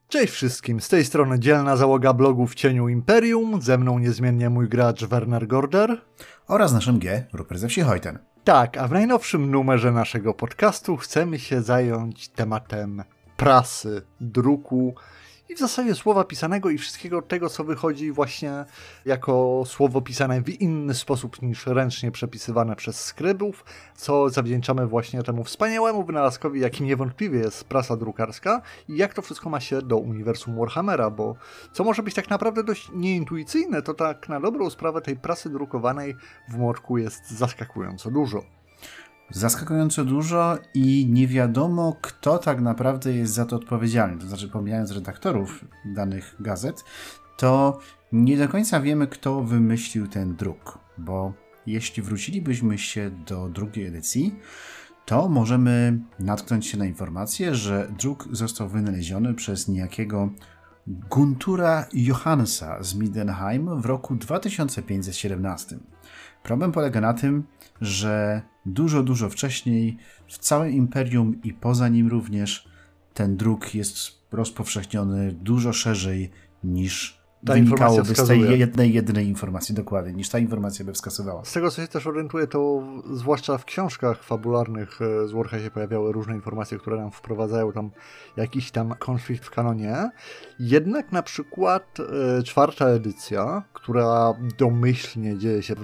Cześć wszystkim, z tej strony dzielna załoga blogu W cieniu Imperium, ze mną niezmiennie mój gracz Werner Gorder oraz naszym G, Rupert ze wsi Hojten. Tak, a w najnowszym numerze naszego podcastu chcemy się zająć tematem prasy, druku i w zasadzie słowa pisanego i wszystkiego tego, co wychodzi właśnie jako słowo pisane w inny sposób niż ręcznie przepisywane przez skrybów, co zawdzięczamy właśnie temu wspaniałemu wynalazkowi, jakim niewątpliwie jest prasa drukarska i jak to wszystko ma się do uniwersum Warhammera, bo co może być tak naprawdę dość nieintuicyjne, to tak na dobrą sprawę tej prasy drukowanej w Mroku jest zaskakująco dużo. Zaskakująco dużo i nie wiadomo, kto tak naprawdę jest za to odpowiedzialny. To znaczy, pomijając redaktorów danych gazet, to nie do końca wiemy, kto wymyślił ten druk, bo jeśli wrócilibyśmy się do drugiej edycji, to możemy natknąć się na informację, że druk został wynaleziony przez niejakiego Guntura Johannsa z Middenheim w roku 2517. Problem polega na tym, że dużo wcześniej w całym imperium i poza nim również ten druk jest rozpowszechniony dużo szerzej niż wynikałoby z tej jedynej informacji, dokładnie, niż ta informacja by wskazywała. Z tego, co się też orientuję, to zwłaszcza w książkach fabularnych z Warhammer się pojawiały różne informacje, które nam wprowadzają tam jakiś tam konflikt w kanonie. Jednak na przykład czwarta edycja, która domyślnie dzieje się w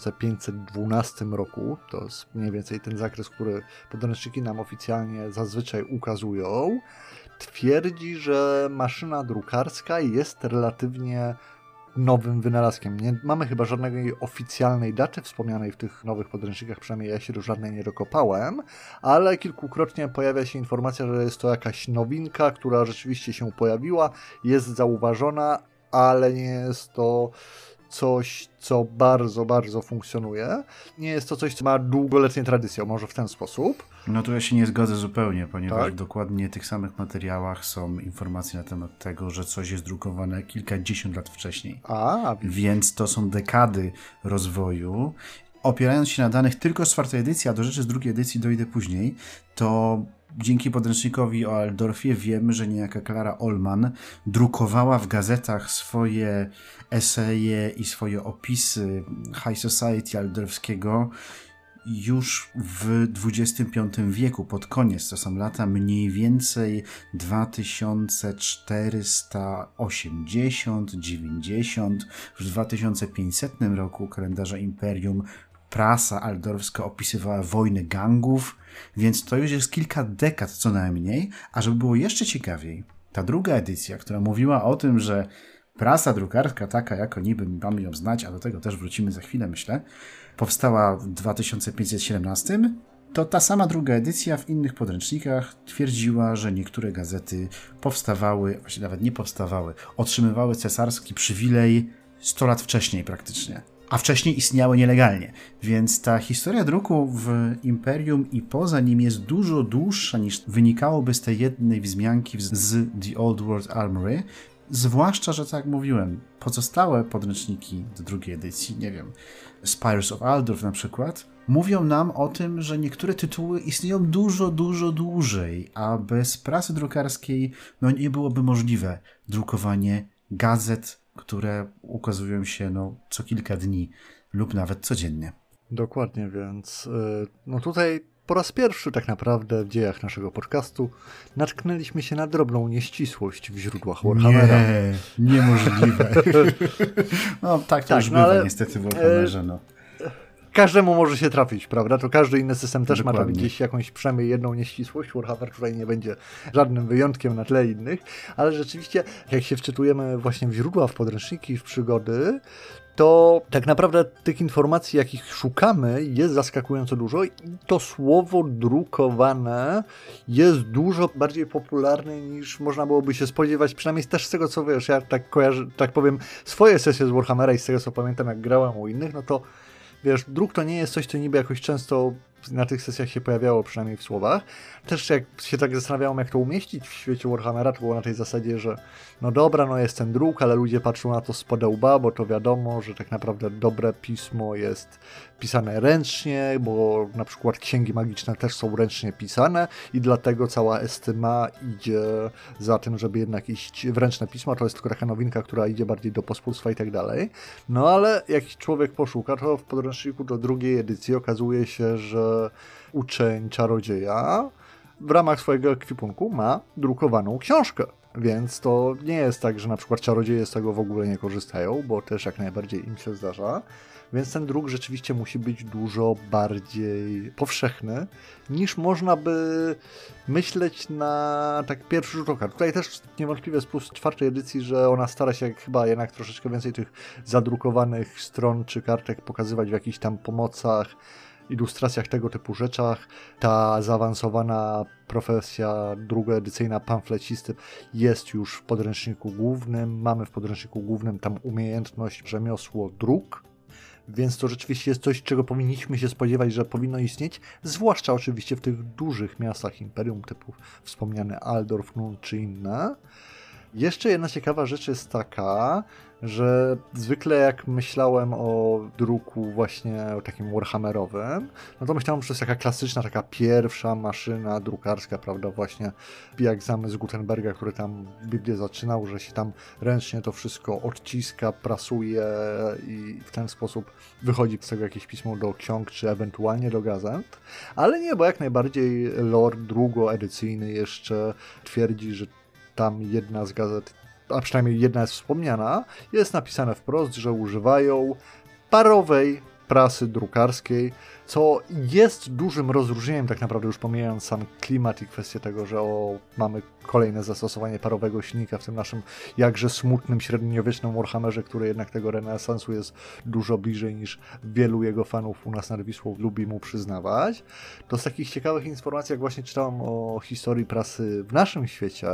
2512 roku, to jest mniej więcej ten zakres, który podręczniki nam oficjalnie zazwyczaj ukazują, twierdzi, że maszyna drukarska jest relatywnie nowym wynalazkiem. Nie mamy chyba żadnej oficjalnej daty wspomnianej w tych nowych podręcznikach, przynajmniej ja się żadnej nie dokopałem, ale kilkukrotnie pojawia się informacja, że jest to jakaś nowinka, która rzeczywiście się pojawiła, jest zauważona, ale nie jest to coś, co bardzo funkcjonuje. Nie jest to coś, co ma długoletnie tradycje, może w ten sposób. No tu ja się nie zgodzę zupełnie, ponieważ dokładnie w tych samych materiałach są informacje na temat tego, że coś jest drukowane kilkadziesiąt lat wcześniej. Więc to są dekady rozwoju. Opierając się na danych tylko z czwartej edycji, a do rzeczy z drugiej edycji dojdę później, to dzięki podręcznikowi o Altdorfie wiemy, że niejaka Klara Ullman drukowała w gazetach swoje eseje i swoje opisy High Society Altdorfskiego już w XXV wieku, pod koniec. To są lata mniej więcej 2480, 90. W 2500 roku kalendarza Imperium prasa altdorfska opisywała wojny gangów, więc to już jest kilka dekad co najmniej, a żeby było jeszcze ciekawiej, ta druga edycja, która mówiła o tym, że prasa drukarska taka, jako niby mamy ją znać, a do tego też wrócimy za chwilę, myślę, powstała w 2517, to ta sama druga edycja w innych podręcznikach twierdziła, że niektóre gazety powstawały, właściwie nawet nie powstawały, otrzymywały cesarski przywilej 100 lat wcześniej praktycznie. A wcześniej istniały nielegalnie. Więc ta historia druku w Imperium i poza nim jest dużo dłuższa niż wynikałoby z tej jednej wzmianki z The Old World Armory. Zwłaszcza, że tak jak mówiłem, pozostałe podręczniki do drugiej edycji, nie wiem, Spires of Altdorf na przykład, mówią nam o tym, że niektóre tytuły istnieją dużo dłużej, a bez prasy drukarskiej nie byłoby możliwe drukowanie gazet, które ukazują się co kilka dni lub nawet codziennie. Dokładnie, więc tutaj po raz pierwszy tak naprawdę w dziejach naszego podcastu natknęliśmy się na drobną nieścisłość w źródłach Warhammera. Niemożliwe. Tak już bywa ale niestety w Warhammerze. Każdemu może się trafić, prawda? To każdy inny system też ma tam gdzieś jakąś przynajmniej jedną nieścisłość. Warhammer tutaj nie będzie żadnym wyjątkiem na tle innych, ale rzeczywiście jak się wczytujemy właśnie w źródła, w podręczniki, w przygody, to tak naprawdę tych informacji, jakich szukamy, jest zaskakująco dużo i to słowo drukowane jest dużo bardziej popularne niż można byłoby się spodziewać, przynajmniej też z tego, co wiesz, ja tak kojarzę, tak powiem, swoje sesje z Warhammera i z tego, co pamiętam, jak grałem u innych, no to wiesz, druk to nie jest coś, co niby jakoś często na tych sesjach się pojawiało, przynajmniej w słowach. Też jak się tak zastanawiałem, jak to umieścić w świecie Warhammera, to było na tej zasadzie, że no dobra, no jest ten druk, ale ludzie patrzą na to spod łba, bo to wiadomo, że tak naprawdę dobre pismo jest pisane ręcznie, bo na przykład księgi magiczne też są ręcznie pisane i dlatego cała estyma idzie za tym, żeby jednak iść w ręczne pismo. To jest tylko taka nowinka, która idzie bardziej do pospólstwa i tak dalej. No ale jak człowiek poszuka, to w podręczniku do drugiej edycji okazuje się, że uczeń czarodzieja w ramach swojego ekwipunku ma drukowaną książkę. Więc to nie jest tak, że na przykład czarodzieje z tego w ogóle nie korzystają, bo też jak najbardziej im się zdarza. Więc ten druk rzeczywiście musi być dużo bardziej powszechny, niż można by myśleć na tak pierwszy rzut oka. Tutaj też niewątpliwie jest plus czwartej edycji, że ona stara się chyba jednak troszeczkę więcej tych zadrukowanych stron czy kartek pokazywać w jakichś tam pomocach, ilustracjach, tego typu rzeczach. Ta zaawansowana profesja drugoedycyjna pamflecisty jest już w podręczniku głównym. Mamy w podręczniku głównym tam umiejętność rzemiosło druk, więc to rzeczywiście jest coś, czego powinniśmy się spodziewać, że powinno istnieć, zwłaszcza oczywiście w tych dużych miastach Imperium, typu wspomniane Altdorf, Nuln czy inne. Jeszcze jedna ciekawa rzecz jest taka, że zwykle jak myślałem o druku właśnie takim warhammerowym, no to myślałem, że to jest taka klasyczna, taka pierwsza maszyna drukarska, prawda, właśnie jak zamysł Gutenberga, który tam Biblię zaczynał, że się tam ręcznie to wszystko odciska, prasuje i w ten sposób wychodzi z tego jakieś pismo do ksiąg, czy ewentualnie do gazet, ale nie, bo jak najbardziej lore drugoedycyjny jeszcze twierdzi, że tam jedna z gazet, a przynajmniej jedna jest wspomniana, jest napisane wprost, że używają parowej prasy drukarskiej, co jest dużym rozróżnieniem, tak naprawdę już pomijając sam klimat i kwestię tego, że mamy kolejne zastosowanie parowego silnika w tym naszym jakże smutnym, średniowiecznym Warhammerze, który jednak tego renesansu jest dużo bliżej niż wielu jego fanów u nas nad Wisłą lubi mu przyznawać. To z takich ciekawych informacji, jak właśnie czytałem o historii prasy w naszym świecie,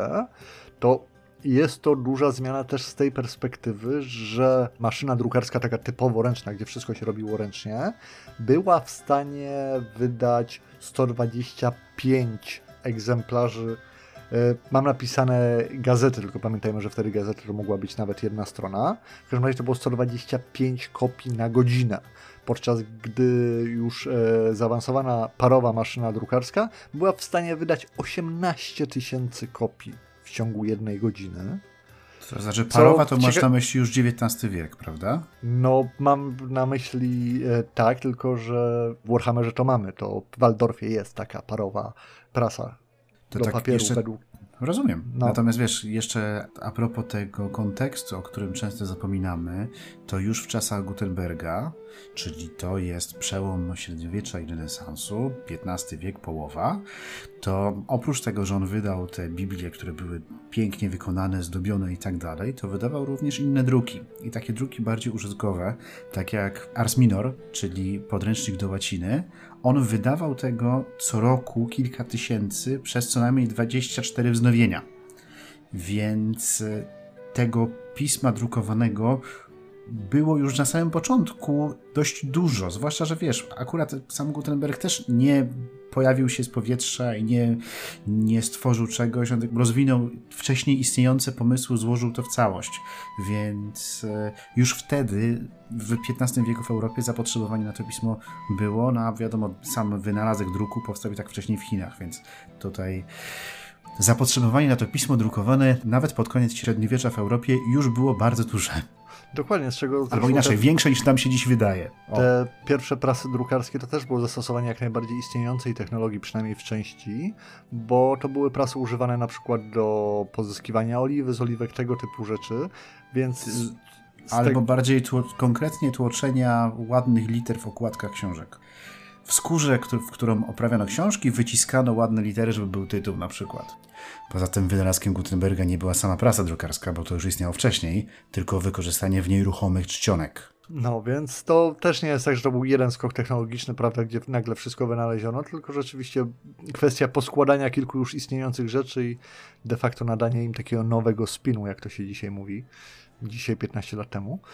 to jest to duża zmiana też z tej perspektywy, że maszyna drukarska taka typowo ręczna, gdzie wszystko się robiło ręcznie, była w stanie wydać 125 egzemplarzy. Mam napisane gazety, tylko pamiętajmy, że wtedy gazety to mogła być nawet jedna strona. W każdym razie to było 125 kopii na godzinę, podczas gdy już zaawansowana parowa maszyna drukarska była w stanie wydać 18 000 kopii w ciągu jednej godziny. To znaczy parowa to masz na myśli już XIX wiek, prawda? No mam na myśli tak, tylko że w Warhammerze to mamy, to w Waldorfie jest taka parowa prasa to do tak papieru jeszcze... według... Rozumiem. No. Natomiast wiesz, jeszcze a propos tego kontekstu, o którym często zapominamy, to już w czasach Gutenberga, czyli to jest przełom średniowiecza i renesansu, XV wiek, połowa, to oprócz tego, że on wydał te Biblie, które były pięknie wykonane, zdobione i tak dalej, to wydawał również inne druki. I takie druki bardziej użytkowe, tak jak Ars Minor, czyli podręcznik do łaciny, on wydawał tego co roku kilka tysięcy przez co najmniej 24 wznowienia. Więc tego pisma drukowanego było już na samym początku dość dużo. Zwłaszcza, że wiesz, akurat sam Gutenberg też nie pojawił się z powietrza i nie stworzył czegoś. On rozwinął wcześniej istniejące pomysły, złożył to w całość. Więc już wtedy w XV wieku w Europie zapotrzebowanie na to pismo było. No a wiadomo, sam wynalazek druku powstał i tak wcześniej w Chinach, więc tutaj zapotrzebowanie na to pismo drukowane nawet pod koniec średniowiecza w Europie już było bardzo duże. Dokładnie, z czego... Albo inaczej, większe niż nam się dziś wydaje. Te pierwsze prasy drukarskie to też było zastosowanie jak najbardziej istniejącej technologii, przynajmniej w części, bo to były prasy używane na przykład do pozyskiwania oliwy z oliwek, tego typu rzeczy, więc... Albo bardziej konkretnie tłoczenia ładnych liter w okładkach książek. W skórze, w którą oprawiono książki, wyciskano ładne litery, żeby był tytuł na przykład. Poza tym wynalazkiem Gutenberga nie była sama prasa drukarska, bo to już istniało wcześniej, tylko wykorzystanie w niej ruchomych czcionek. No więc to też nie jest tak, że to był jeden skok technologiczny, prawda, gdzie nagle wszystko wynaleziono, tylko rzeczywiście kwestia poskładania kilku już istniejących rzeczy i de facto nadanie im takiego nowego spinu, jak to się dzisiaj mówi, dzisiaj 15 lat temu.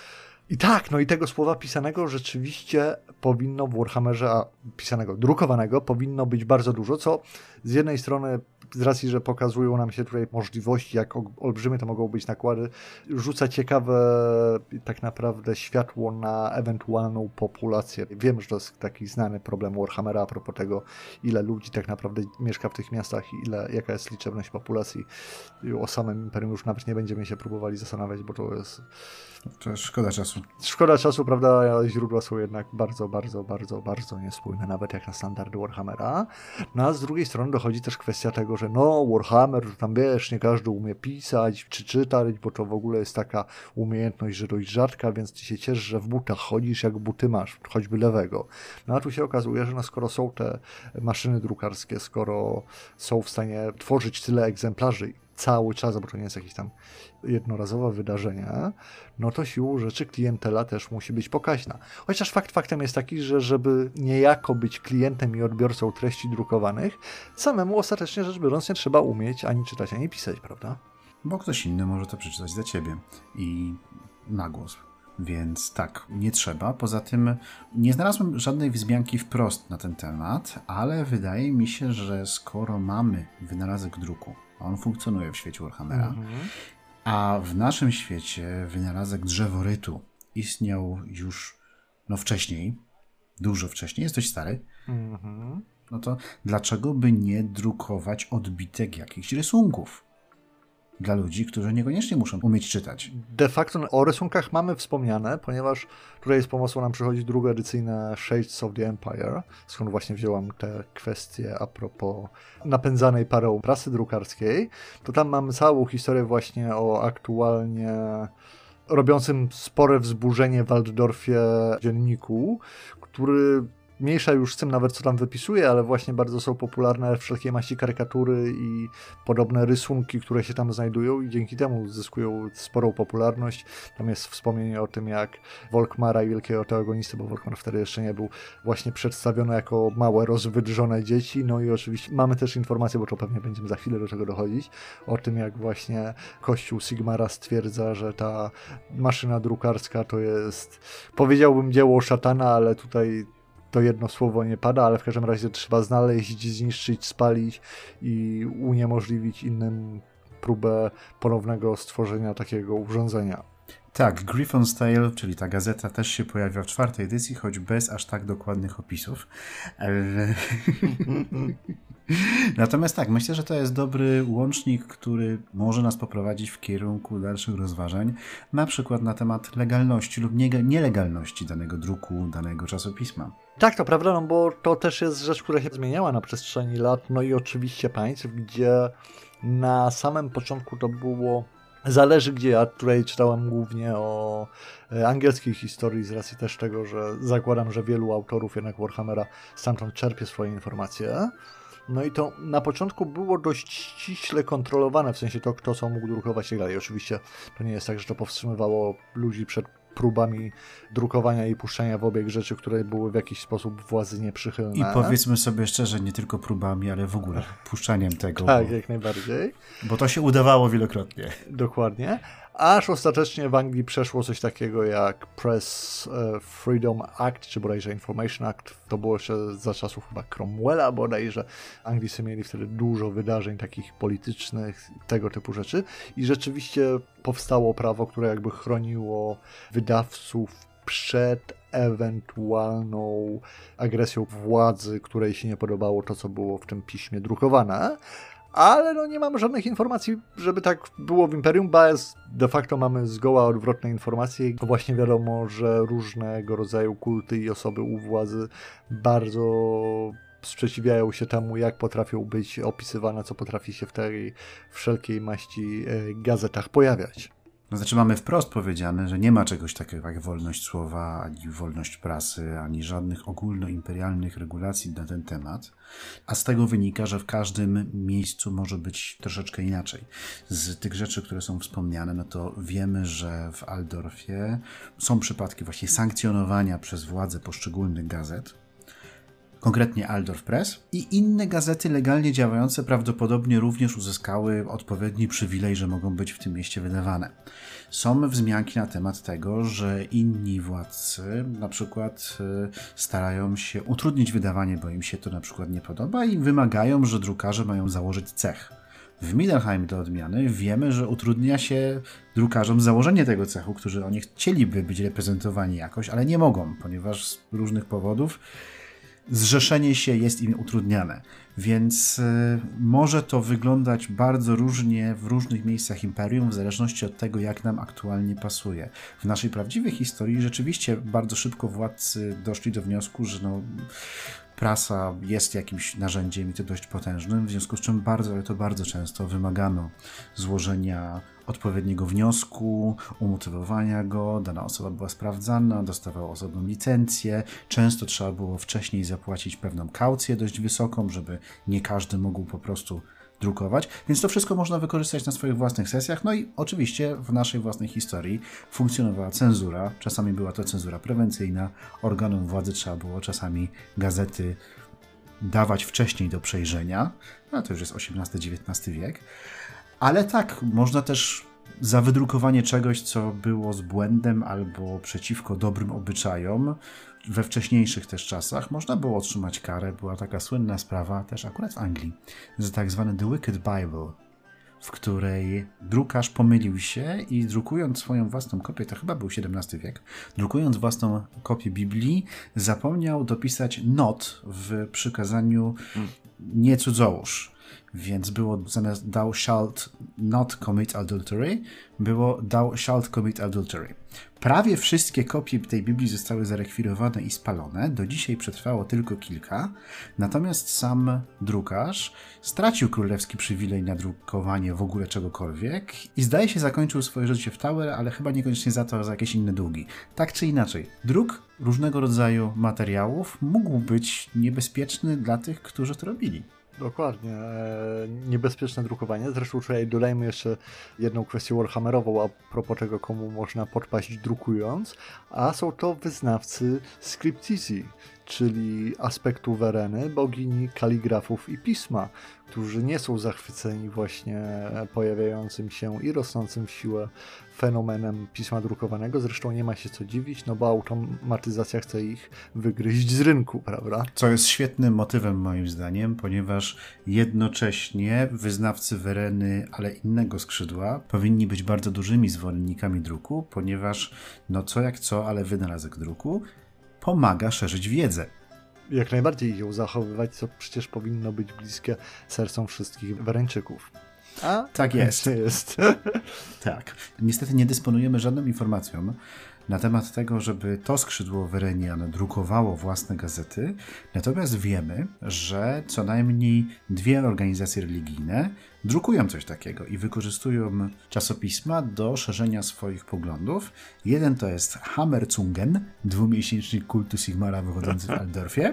I tak, no i tego słowa pisanego rzeczywiście powinno w Warhammerze, a pisanego, drukowanego, powinno być bardzo dużo, co z jednej strony, z racji, że pokazują nam się tutaj możliwości, jak olbrzymie to mogą być nakłady, rzuca ciekawe tak naprawdę światło na ewentualną populację. Wiem, że to jest taki znany problem Warhammera a propos tego, ile ludzi tak naprawdę mieszka w tych miastach i jaka jest liczebność populacji. O samym Imperium już nawet nie będziemy się próbowali zastanawiać, bo to jest... To jest szkoda czasu. Szkoda czasu, prawda? Źródła są jednak bardzo, bardzo, bardzo, bardzo niespójne, nawet jak na standardy Warhammera. No a z drugiej strony dochodzi też kwestia tego, że no Warhammer, tam wiesz, nie każdy umie pisać czy czytać, bo to w ogóle jest taka umiejętność, że dość rzadka, więc ty się ciesz, że w butach chodzisz, jak buty masz, choćby lewego. No a tu się okazuje, że no skoro są te maszyny drukarskie, skoro są w stanie tworzyć tyle egzemplarzy cały czas, bo to nie jest jakieś tam jednorazowe wydarzenie, no to siłą rzeczy klientela też musi być pokaźna. Chociaż faktem jest taki, że żeby niejako być klientem i odbiorcą treści drukowanych, samemu ostatecznie rzecz biorąc nie trzeba umieć ani czytać, ani pisać, prawda? Bo ktoś inny może to przeczytać za ciebie i na głos. Więc tak, nie trzeba. Poza tym nie znalazłem żadnej wzmianki wprost na ten temat, ale wydaje mi się, że skoro mamy wynalazek druku, a on funkcjonuje w świecie Warhammera, a w naszym świecie wynalazek drzeworytu istniał już wcześniej, dużo wcześniej, jest dość stary, no to dlaczego by nie drukować odbitek jakichś rysunków? Dla ludzi, którzy niekoniecznie muszą umieć czytać. De facto o rysunkach mamy wspomniane, ponieważ tutaj z pomocą nam przychodzi druga edycyjna Shades of the Empire, skąd właśnie wzięłam te kwestie a propos napędzanej parą prasy drukarskiej. To tam mamy całą historię właśnie o aktualnie robiącym spore wzburzenie w Waldorfie dzienniku, który... Mniejsza już z tym nawet, co tam wypisuje, ale właśnie bardzo są popularne wszelkie maści karykatury i podobne rysunki, które się tam znajdują i dzięki temu zyskują sporą popularność. Tam jest wspomnienie o tym, jak Volkmara i Wielkiego Teogonisty, bo Volkmar wtedy jeszcze nie był, właśnie przedstawiony jako małe, rozwydrzone dzieci. No i oczywiście mamy też informację, bo to pewnie będziemy za chwilę do tego dochodzić, o tym, jak właśnie Kościół Sigmara stwierdza, że ta maszyna drukarska to jest, powiedziałbym, dzieło szatana, ale tutaj to jedno słowo nie pada, ale w każdym razie trzeba znaleźć, zniszczyć, spalić i uniemożliwić innym próbę ponownego stworzenia takiego urządzenia. Tak, Griffon's Tale, czyli ta gazeta, też się pojawia w 4. edycji, choć bez aż tak dokładnych opisów. Natomiast tak, myślę, że to jest dobry łącznik, który może nas poprowadzić w kierunku dalszych rozważań, na przykład na temat legalności lub nielegalności danego druku, danego czasopisma. Tak, to prawda, no bo to też jest rzecz, która się zmieniała na przestrzeni lat, no i oczywiście państw, gdzie na samym początku to było... Zależy gdzie, ja tutaj czytałem głównie o angielskiej historii z racji też tego, że zakładam, że wielu autorów jednak Warhammera stamtąd czerpie swoje informacje. No i to na początku było dość ściśle kontrolowane, w sensie to, kto co mógł drukować i tak dalej. Oczywiście to nie jest tak, że to powstrzymywało ludzi przed próbami drukowania i puszczania w obieg rzeczy, które były w jakiś sposób władzy nieprzychylne. I powiedzmy sobie szczerze, nie tylko próbami, ale w ogóle puszczaniem tego. Tak, jak najbardziej. Bo to się udawało wielokrotnie. Dokładnie. Aż ostatecznie w Anglii przeszło coś takiego jak Press Freedom Act, czy bodajże Information Act. To było jeszcze za czasów chyba Cromwella bodajże. Anglicy mieli wtedy dużo wydarzeń takich politycznych, tego typu rzeczy. I rzeczywiście powstało prawo, które jakby chroniło wydawców przed ewentualną agresją władzy, której się nie podobało to, co było w tym piśmie drukowane. Ale no nie mamy żadnych informacji, żeby tak było w Imperium, bo de facto mamy zgoła odwrotne informacje. Właśnie wiadomo, że różnego rodzaju kulty i osoby u władzy bardzo sprzeciwiają się temu, jak potrafią być opisywane, co potrafi się w tej wszelkiej maści gazetach pojawiać. To znaczy mamy wprost powiedziane, że nie ma czegoś takiego jak wolność słowa, ani wolność prasy, ani żadnych ogólnoimperialnych regulacji na ten temat, a z tego wynika, że w każdym miejscu może być troszeczkę inaczej. Z tych rzeczy, które są wspomniane, no to wiemy, że w Altdorfie są przypadki właśnie sankcjonowania przez władze poszczególnych gazet, konkretnie Altdorf Press, i inne gazety legalnie działające prawdopodobnie również uzyskały odpowiedni przywilej, że mogą być w tym mieście wydawane. Są wzmianki na temat tego, że inni władcy na przykład starają się utrudnić wydawanie, bo im się to na przykład nie podoba i wymagają, że drukarze mają założyć cech. W Middelheim do odmiany wiemy, że utrudnia się drukarzom założenie tego cechu, którzy oni chcieliby być reprezentowani jakoś, ale nie mogą, ponieważ z różnych powodów zrzeszenie się jest im utrudniane. Więc może to wyglądać bardzo różnie w różnych miejscach imperium, w zależności od tego, jak nam aktualnie pasuje. W naszej prawdziwej historii rzeczywiście bardzo szybko władcy doszli do wniosku, że prasa jest jakimś narzędziem i to dość potężnym, w związku z czym ale to bardzo często wymagano złożenia odpowiedniego wniosku, umotywowania go, dana osoba była sprawdzana, dostawała osobną licencję, często trzeba było wcześniej zapłacić pewną kaucję dość wysoką, żeby nie każdy mógł po prostu drukować, więc to wszystko można wykorzystać na swoich własnych sesjach, no i oczywiście w naszej własnej historii funkcjonowała cenzura, czasami była to cenzura prewencyjna, organom władzy trzeba było czasami gazety dawać wcześniej do przejrzenia, no to już jest XVIII-XIX wiek, ale tak, można też za wydrukowanie czegoś, co było z błędem albo przeciwko dobrym obyczajom, we wcześniejszych też czasach można było otrzymać karę. Była taka słynna sprawa, też akurat w Anglii, że tak zwany The Wicked Bible, w której drukarz pomylił się i drukując swoją własną kopię, to chyba był XVII wiek, drukując własną kopię Biblii, zapomniał dopisać not w przykazaniu nie cudzołóż. Więc było zamiast thou shalt not commit adultery, było thou shalt commit adultery. Prawie wszystkie kopie tej Biblii zostały zarekwirowane i spalone. Do dzisiaj przetrwało tylko kilka. Natomiast sam drukarz stracił królewski przywilej na drukowanie w ogóle czegokolwiek i zdaje się zakończył swoje życie w Tower, ale chyba niekoniecznie za to, za jakieś inne długi. Tak czy inaczej, druk różnego rodzaju materiałów mógł być niebezpieczny dla tych, którzy to robili. Dokładnie. Niebezpieczne drukowanie. Zresztą tutaj dodajmy jeszcze jedną kwestię warhammerową, a propos tego, komu można podpaść drukując, a są to wyznawcy scriptizi, czyli aspektu Wereny, bogini kaligrafów i pisma, którzy nie są zachwyceni właśnie pojawiającym się i rosnącym w siłę fenomenem pisma drukowanego. Zresztą nie ma się co dziwić, no bo automatyzacja chce ich wygryźć z rynku, prawda? Co jest świetnym motywem moim zdaniem, ponieważ jednocześnie wyznawcy Wereny, ale innego skrzydła, powinni być bardzo dużymi zwolennikami druku, ponieważ no co jak co, ale wynalazek druku pomaga szerzyć wiedzę. Jak najbardziej ją zachowywać, co przecież powinno być bliskie sercom wszystkich Wereńczyków. A tak jest. Tak. Niestety nie dysponujemy żadną informacją na temat tego, żeby to skrzydło Werenian drukowało własne gazety, natomiast wiemy, że co najmniej 2 organizacje religijne drukują coś takiego i wykorzystują czasopisma do szerzenia swoich poglądów. Jeden to jest Hammerzungen, 2-miesięcznik kultu Sigmara wychodzący w Altdorfie,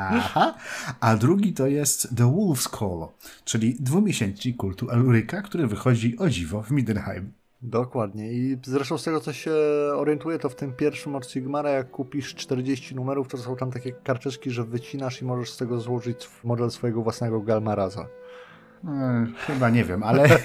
a drugi to jest The Wolf's Call, czyli 2-miesięcznik kultu Elryka, który wychodzi o dziwo w Middelheim. Dokładnie. I zresztą z tego, co się orientuję, to w tym pierwszym od Sigmara, jak kupisz 40 numerów, to są tam takie karteczki, że wycinasz i możesz z tego złożyć model swojego własnego Galmaraza. Chyba nie wiem, ale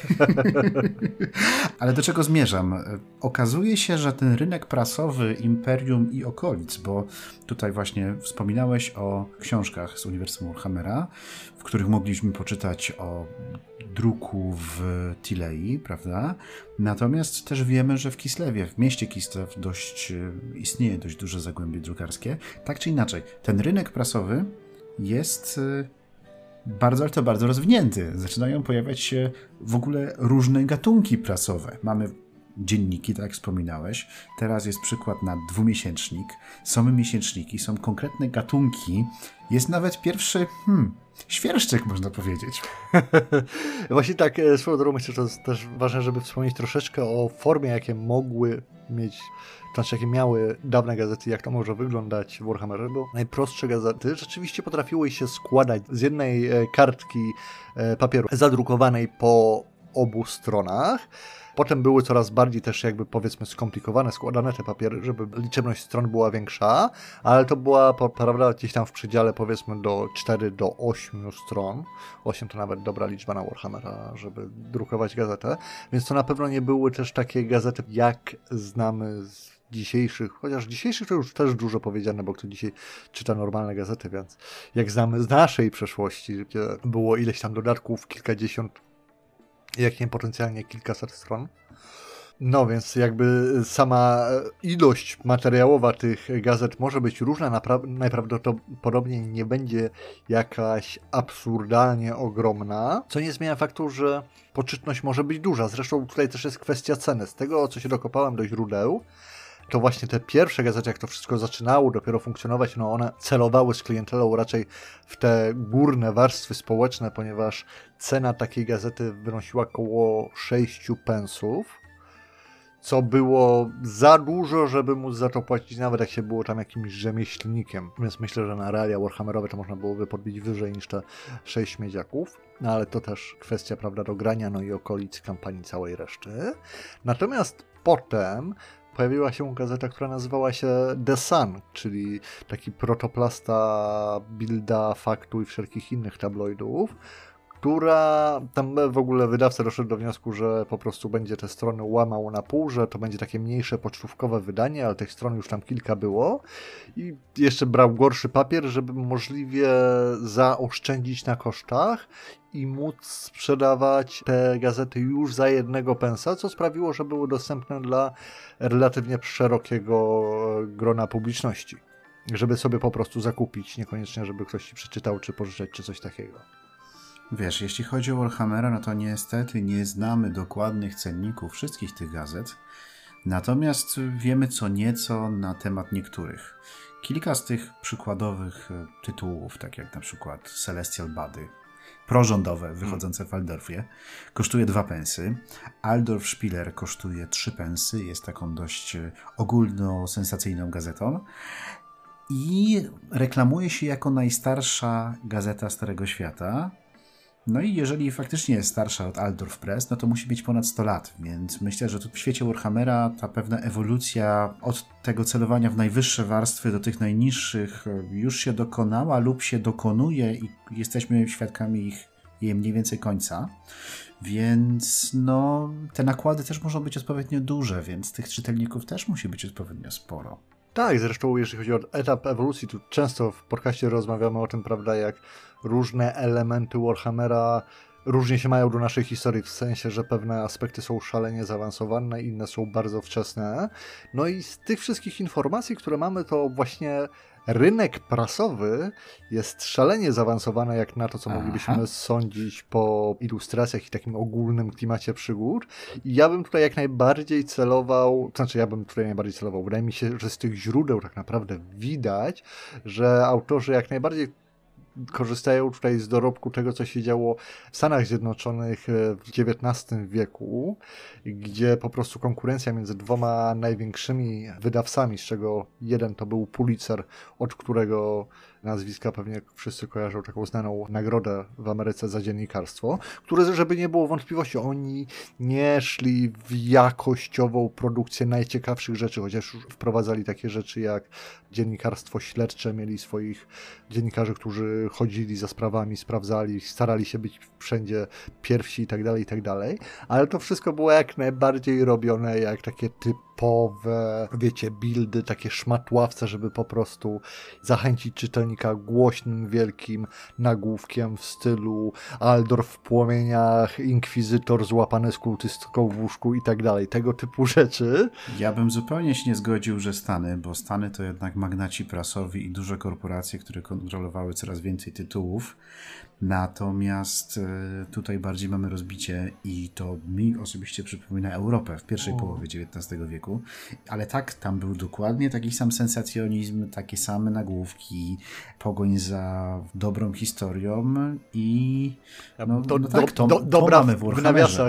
ale do czego zmierzam? Okazuje się, że ten rynek prasowy Imperium i okolic, bo tutaj właśnie wspominałeś o książkach z Uniwersum Warhammera, w których mogliśmy poczytać o druku w Tilei, prawda? Natomiast też wiemy, że w Kislewie, w mieście Kislew istnieje dość duże zagłębie drukarskie. Tak czy inaczej, ten rynek prasowy jest bardzo rozwinięty. Zaczynają pojawiać się w ogóle różne gatunki prasowe. Mamy dzienniki, tak jak wspominałeś. Teraz jest przykład na 2-miesięcznik. Są miesięczniki, są konkretne gatunki. Jest nawet pierwszy świerszczyk, można powiedzieć. Właśnie tak, swoją drogą myślę, że to jest też ważne, żeby wspomnieć troszeczkę o formie, jakie mogły mieć, to znaczy jakie miały dawne gazety, jak to może wyglądać w Warhammerze, bo najprostsze gazety rzeczywiście potrafiły się składać z jednej kartki papieru zadrukowanej po obu stronach. Potem były coraz bardziej też jakby powiedzmy skomplikowane, składane te papiery, żeby liczebność stron była większa, ale to była prawda gdzieś tam w przedziale powiedzmy do 4 do 8 stron. 8 to nawet dobra liczba na Warhammera, żeby drukować gazetę, więc to na pewno nie były też takie gazety jak znamy z dzisiejszych, chociaż dzisiejszych to już też dużo powiedziane, bo kto dzisiaj czyta normalne gazety, więc jak znamy z naszej przeszłości, gdzie było ileś tam dodatków, kilkadziesiąt, jak nie potencjalnie kilkaset stron. No więc jakby sama ilość materiałowa tych gazet może być różna, najprawdopodobniej nie będzie jakaś absurdalnie ogromna, co nie zmienia faktu, że poczytność może być duża. Zresztą tutaj też jest kwestia ceny. Z tego, co się dokopałem do źródeł, to właśnie te pierwsze gazety, jak to wszystko zaczynało dopiero funkcjonować, no one celowały z klientelą raczej w te górne warstwy społeczne, ponieważ cena takiej gazety wynosiła około 6 pensów, co było za dużo, żeby móc za to płacić, nawet jak się było tam jakimś rzemieślnikiem. Więc myślę, że na realia warhammerowe to można byłoby podbić wyżej niż te 6 miedziaków. No ale to też kwestia, prawda, do grania, no i okolic kampanii całej reszty. Natomiast potem pojawiła się gazeta, która nazywała się The Sun, czyli taki protoplasta Bilda, Faktu i wszelkich innych tabloidów, która tam w ogóle wydawca doszedł do wniosku, że po prostu będzie te strony łamał na pół, że to będzie takie mniejsze, pocztówkowe wydanie, ale tych stron już tam kilka było i jeszcze brał gorszy papier, żeby możliwie zaoszczędzić na kosztach i móc sprzedawać te gazety już za 1 pensa, co sprawiło, że były dostępne dla relatywnie szerokiego grona publiczności, żeby sobie po prostu zakupić, niekoniecznie żeby ktoś ci przeczytał, czy pożyczać, czy coś takiego. Wiesz, jeśli chodzi o Warhammera, no to niestety nie znamy dokładnych cenników wszystkich tych gazet, natomiast wiemy co nieco na temat niektórych. Kilka z tych przykładowych tytułów, tak jak na przykład Celestial Body, prorządowe, wychodzące w Aldorfie, kosztuje 2 pensy. Aldorf Spieler kosztuje 3 pensy, jest taką dość ogólno-sensacyjną gazetą i reklamuje się jako najstarsza gazeta Starego Świata. No i jeżeli faktycznie jest starsza od Aldorf Press, no to musi być ponad 100 lat, więc myślę, że tu w świecie Warhammera ta pewna ewolucja od tego celowania w najwyższe warstwy do tych najniższych już się dokonała lub się dokonuje i jesteśmy świadkami jej mniej więcej końca, więc no te nakłady też muszą być odpowiednio duże, więc tych czytelników też musi być odpowiednio sporo. Tak, zresztą jeżeli chodzi o etap ewolucji, tu często w podcaście rozmawiamy o tym, prawda, jak różne elementy Warhammera różnie się mają do naszej historii, w sensie, że pewne aspekty są szalenie zaawansowane, inne są bardzo wczesne. No i z tych wszystkich informacji, które mamy, to właśnie rynek prasowy jest szalenie zaawansowany jak na to, co moglibyśmy sądzić po ilustracjach i takim ogólnym klimacie przygód. I ja bym tutaj jak najbardziej celował, wydaje mi się, że z tych źródeł tak naprawdę widać, że autorzy jak najbardziej korzystają tutaj z dorobku tego, co się działo w Stanach Zjednoczonych w XIX wieku, gdzie po prostu konkurencja między 2 największymi wydawcami, z czego jeden to był Pulitzer, od którego nazwiska pewnie wszyscy kojarzą taką znaną nagrodę w Ameryce za dziennikarstwo, które, żeby nie było wątpliwości, oni nie szli w jakościową produkcję najciekawszych rzeczy, chociaż już wprowadzali takie rzeczy jak dziennikarstwo śledcze, mieli swoich dziennikarzy, którzy chodzili za sprawami, sprawdzali, starali się być wszędzie pierwsi i tak dalej, ale to wszystko było jak najbardziej robione jak takie typowe, wiecie, buildy, takie szmatławce, żeby po prostu zachęcić czytelnika głośnym, wielkim nagłówkiem w stylu Aldorf w płomieniach, inkwizytor złapany z kultystką w łóżku i tak dalej, tego typu rzeczy. Ja bym zupełnie się nie zgodził, że Stany, bo Stany to jednak magnaci prasowi i duże korporacje, które kontrolowały coraz więcej tytułów. Natomiast tutaj bardziej mamy rozbicie i to mi osobiście przypomina Europę w pierwszej połowie XIX wieku, ale tak, tam był dokładnie taki sam sensacjonizm, takie same nagłówki, pogoń za dobrą historią i dobra mamy w Warhammerze.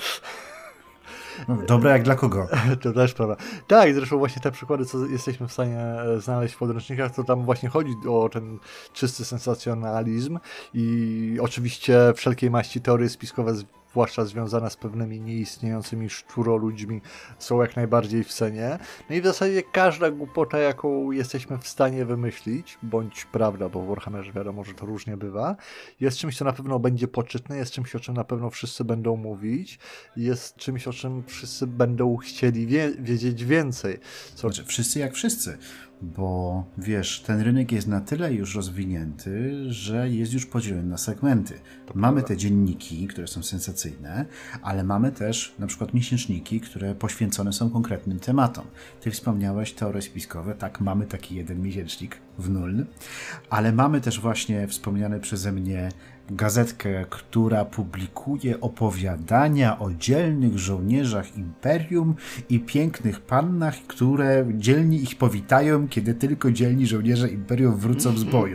Dobre jak dla kogo? To też prawda. Tak, zresztą właśnie te przykłady, co jesteśmy w stanie znaleźć w podręcznikach, to tam właśnie chodzi o ten czysty sensacjonalizm i oczywiście wszelkiej maści teorie spiskowe zwłaszcza związane z pewnymi nieistniejącymi szczuroludźmi, są jak najbardziej w cenie. No i w zasadzie każda głupota, jaką jesteśmy w stanie wymyślić, bądź prawda, bo w Warhammerze wiadomo, że to różnie bywa, jest czymś, co na pewno będzie poczytne, jest czymś, o czym na pewno wszyscy będą mówić, jest czymś, o czym wszyscy będą chcieli wiedzieć więcej. Znaczy, wszyscy jak wszyscy, bo wiesz, ten rynek jest na tyle już rozwinięty, że jest już podzielony na segmenty. Mamy te dzienniki, które są sensacyjne, ale mamy też na przykład miesięczniki, które poświęcone są konkretnym tematom. Ty wspomniałeś teorie spiskowe, tak, mamy taki jeden miesięcznik w Nuln, ale mamy też właśnie wspomniane przeze mnie gazetkę, która publikuje opowiadania o dzielnych żołnierzach Imperium i pięknych pannach, które dzielni ich powitają, kiedy tylko dzielni żołnierze Imperium wrócą z boju.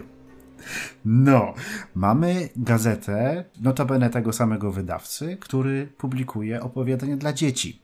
No, mamy gazetę, notabene tego samego wydawcy, który publikuje opowiadania dla dzieci.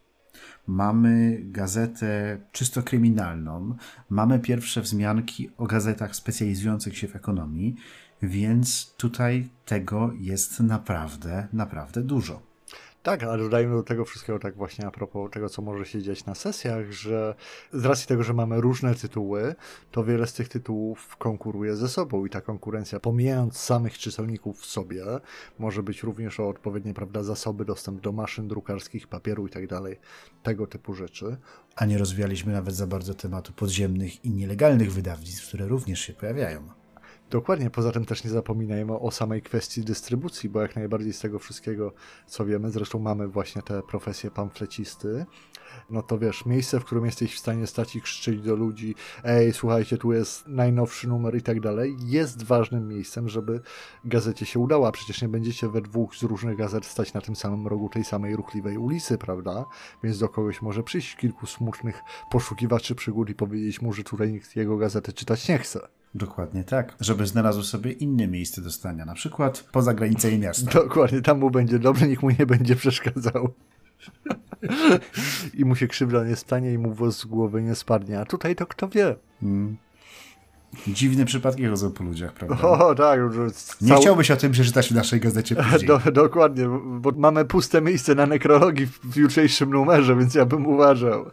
Mamy gazetę czysto kryminalną, mamy pierwsze wzmianki o gazetach specjalizujących się w ekonomii, więc tutaj tego jest naprawdę, naprawdę dużo. Tak, ale dodajmy do tego wszystkiego tak właśnie a propos tego, co może się dziać na sesjach, że z racji tego, że mamy różne tytuły, to wiele z tych tytułów konkuruje ze sobą i ta konkurencja, pomijając samych czytelników w sobie, może być również o odpowiednie, prawda, zasoby, dostęp do maszyn drukarskich, papieru i tak dalej, tego typu rzeczy. A nie rozwijaliśmy nawet za bardzo tematu podziemnych i nielegalnych wydawnictw, które również się pojawiają. Dokładnie, poza tym też nie zapominajmy o samej kwestii dystrybucji, bo jak najbardziej z tego wszystkiego, co wiemy, zresztą mamy właśnie tę profesję pamflecisty, no to wiesz, miejsce, w którym jesteś w stanie stać i krzyczeć do ludzi, ej, słuchajcie, tu jest najnowszy numer i tak dalej, jest ważnym miejscem, żeby gazecie się udała. Przecież nie będziecie we dwóch z różnych gazet stać na tym samym rogu tej samej ruchliwej ulicy, prawda? Więc do kogoś może przyjść kilku smutnych poszukiwaczy przygód i powiedzieć mu, że tutaj nikt jego gazety czytać nie chce. Dokładnie tak, żeby znalazł sobie inne miejsce do stania, na przykład poza granicami miasta. Dokładnie, tam mu będzie dobrze, nikt mu nie będzie przeszkadzał. I mu się krzywda nie stanie i mu włos z głowy nie spadnie, a tutaj to kto wie. Dziwne przypadki chodzą po ludziach, prawda? O, tak. Nie chciałbyś o tym przeczytać w naszej gazecie później. Dokładnie, bo mamy puste miejsce na nekrologii w jutrzejszym numerze, więc ja bym uważał.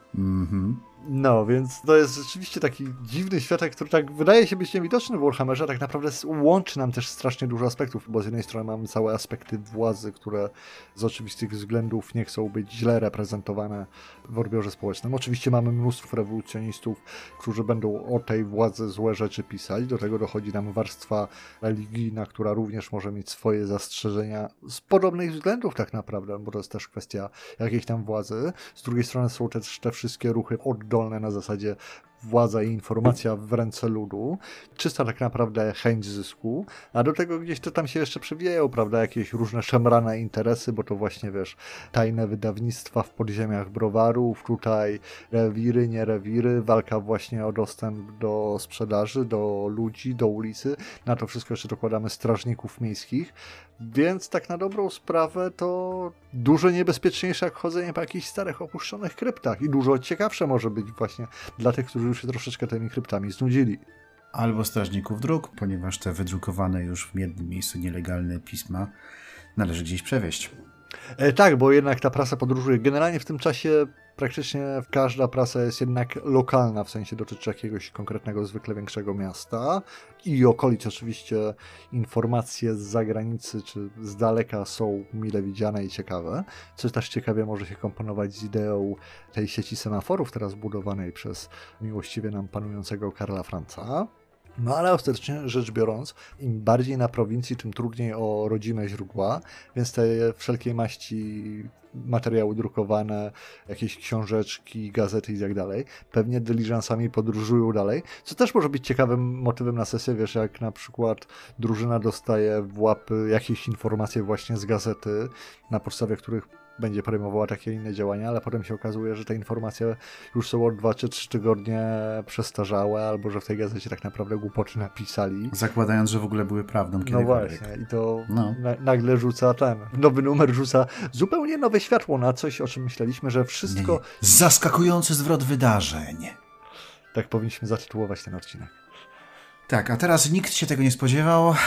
No, więc to jest rzeczywiście taki dziwny światek, który tak wydaje się być niewidoczny w Warhammerze, a tak naprawdę łączy nam też strasznie dużo aspektów, bo z jednej strony mamy całe aspekty władzy, które z oczywistych względów nie chcą być źle reprezentowane w odbiorze społecznym. Oczywiście mamy mnóstwo rewolucjonistów, którzy będą o tej władzy złe rzeczy pisać. Do tego dochodzi nam warstwa religijna, która również może mieć swoje zastrzeżenia z podobnych względów tak naprawdę, bo to jest też kwestia jakiejś tam władzy. Z drugiej strony są też te wszystkie ruchy oddolne na zasadzie władza i informacja w ręce ludu, czysta tak naprawdę chęć zysku, a do tego gdzieś to tam się jeszcze przewijają, prawda, jakieś różne szemrane interesy, bo to właśnie, wiesz, tajne wydawnictwa w podziemiach browarów, tutaj rewiry, nie rewiry, walka właśnie o dostęp do sprzedaży, do ludzi, do ulicy, na to wszystko jeszcze dokładamy strażników miejskich, więc tak na dobrą sprawę to dużo niebezpieczniejsze jak chodzenie po jakichś starych, opuszczonych kryptach i dużo ciekawsze może być właśnie dla tych, którzy już się troszeczkę tymi kryptami znudzili. Albo strażników dróg, ponieważ te wydrukowane już w jednym miejscu nielegalne pisma należy gdzieś przewieźć. Tak, bo jednak ta prasa podróżuje. Generalnie w tym czasie praktycznie każda prasa jest jednak lokalna, w sensie dotyczy jakiegoś konkretnego, zwykle większego miasta i okolic. Oczywiście informacje z zagranicy czy z daleka są mile widziane i ciekawe, co też ciekawie może się komponować z ideą tej sieci semaforów teraz budowanej przez miłościwie nam panującego Karla Franca. No ale ostatecznie rzecz biorąc, im bardziej na prowincji, tym trudniej o rodzime źródła, więc te wszelkiej maści materiały drukowane, jakieś książeczki, gazety i tak dalej, pewnie dyliżansami podróżują dalej, co też może być ciekawym motywem na sesję, wiesz, jak na przykład drużyna dostaje w łapy jakieś informacje właśnie z gazety, na podstawie których będzie podejmowała takie inne działania, ale potem się okazuje, że te informacje już są od 2 czy 3 tygodnie przestarzałe, albo że w tej gazecie tak naprawdę głupoty napisali. Zakładając, że w ogóle były prawdą kiedykolwiek. No właśnie, i to nagle rzuca nowy numer rzuca zupełnie nowe światło na coś, o czym myśleliśmy, że wszystko... Nie. Zaskakujący zwrot wydarzeń. Tak powinniśmy zatytułować ten odcinek. Tak, a teraz nikt się tego nie spodziewał.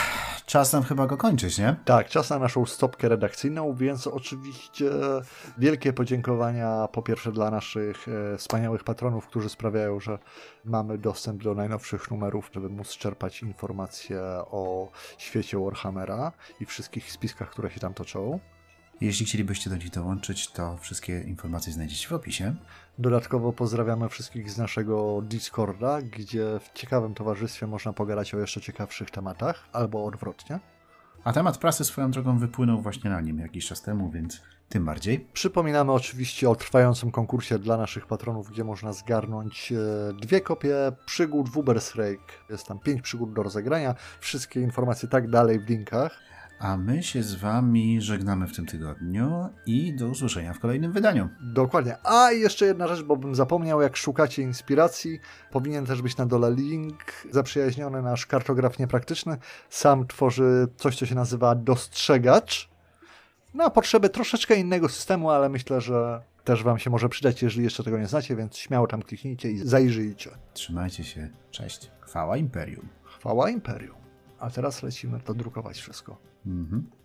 czas nam chyba go kończyć, nie? Tak, czas na naszą stopkę redakcyjną, więc oczywiście wielkie podziękowania po pierwsze dla naszych wspaniałych patronów, którzy sprawiają, że mamy dostęp do najnowszych numerów, żeby móc czerpać informacje o świecie Warhammera i wszystkich spiskach, które się tam toczą. Jeśli chcielibyście do nich dołączyć, to wszystkie informacje znajdziecie w opisie. Dodatkowo pozdrawiamy wszystkich z naszego Discorda, gdzie w ciekawym towarzystwie można pogadać o jeszcze ciekawszych tematach, albo odwrotnie. A temat prasy swoją drogą wypłynął właśnie na nim jakiś czas temu, więc tym bardziej. Przypominamy oczywiście o trwającym konkursie dla naszych patronów, gdzie można zgarnąć 2 kopie przygód w Ubersreik. Jest tam 5 przygód do rozegrania. Wszystkie informacje tak dalej w linkach. A my się z wami żegnamy w tym tygodniu i do usłyszenia w kolejnym wydaniu. Dokładnie. A i jeszcze jedna rzecz, bo bym zapomniał, jak szukacie inspiracji, powinien też być na dole link zaprzyjaźniony nasz kartograf niepraktyczny. Sam tworzy coś, co się nazywa Dostrzegacz. Na potrzeby troszeczkę innego systemu, ale myślę, że też wam się może przydać, jeżeli jeszcze tego nie znacie, więc śmiało tam kliknijcie i zajrzyjcie. Trzymajcie się. Cześć. Chwała Imperium. Chwała Imperium. A teraz lecimy to drukować wszystko. Mhm.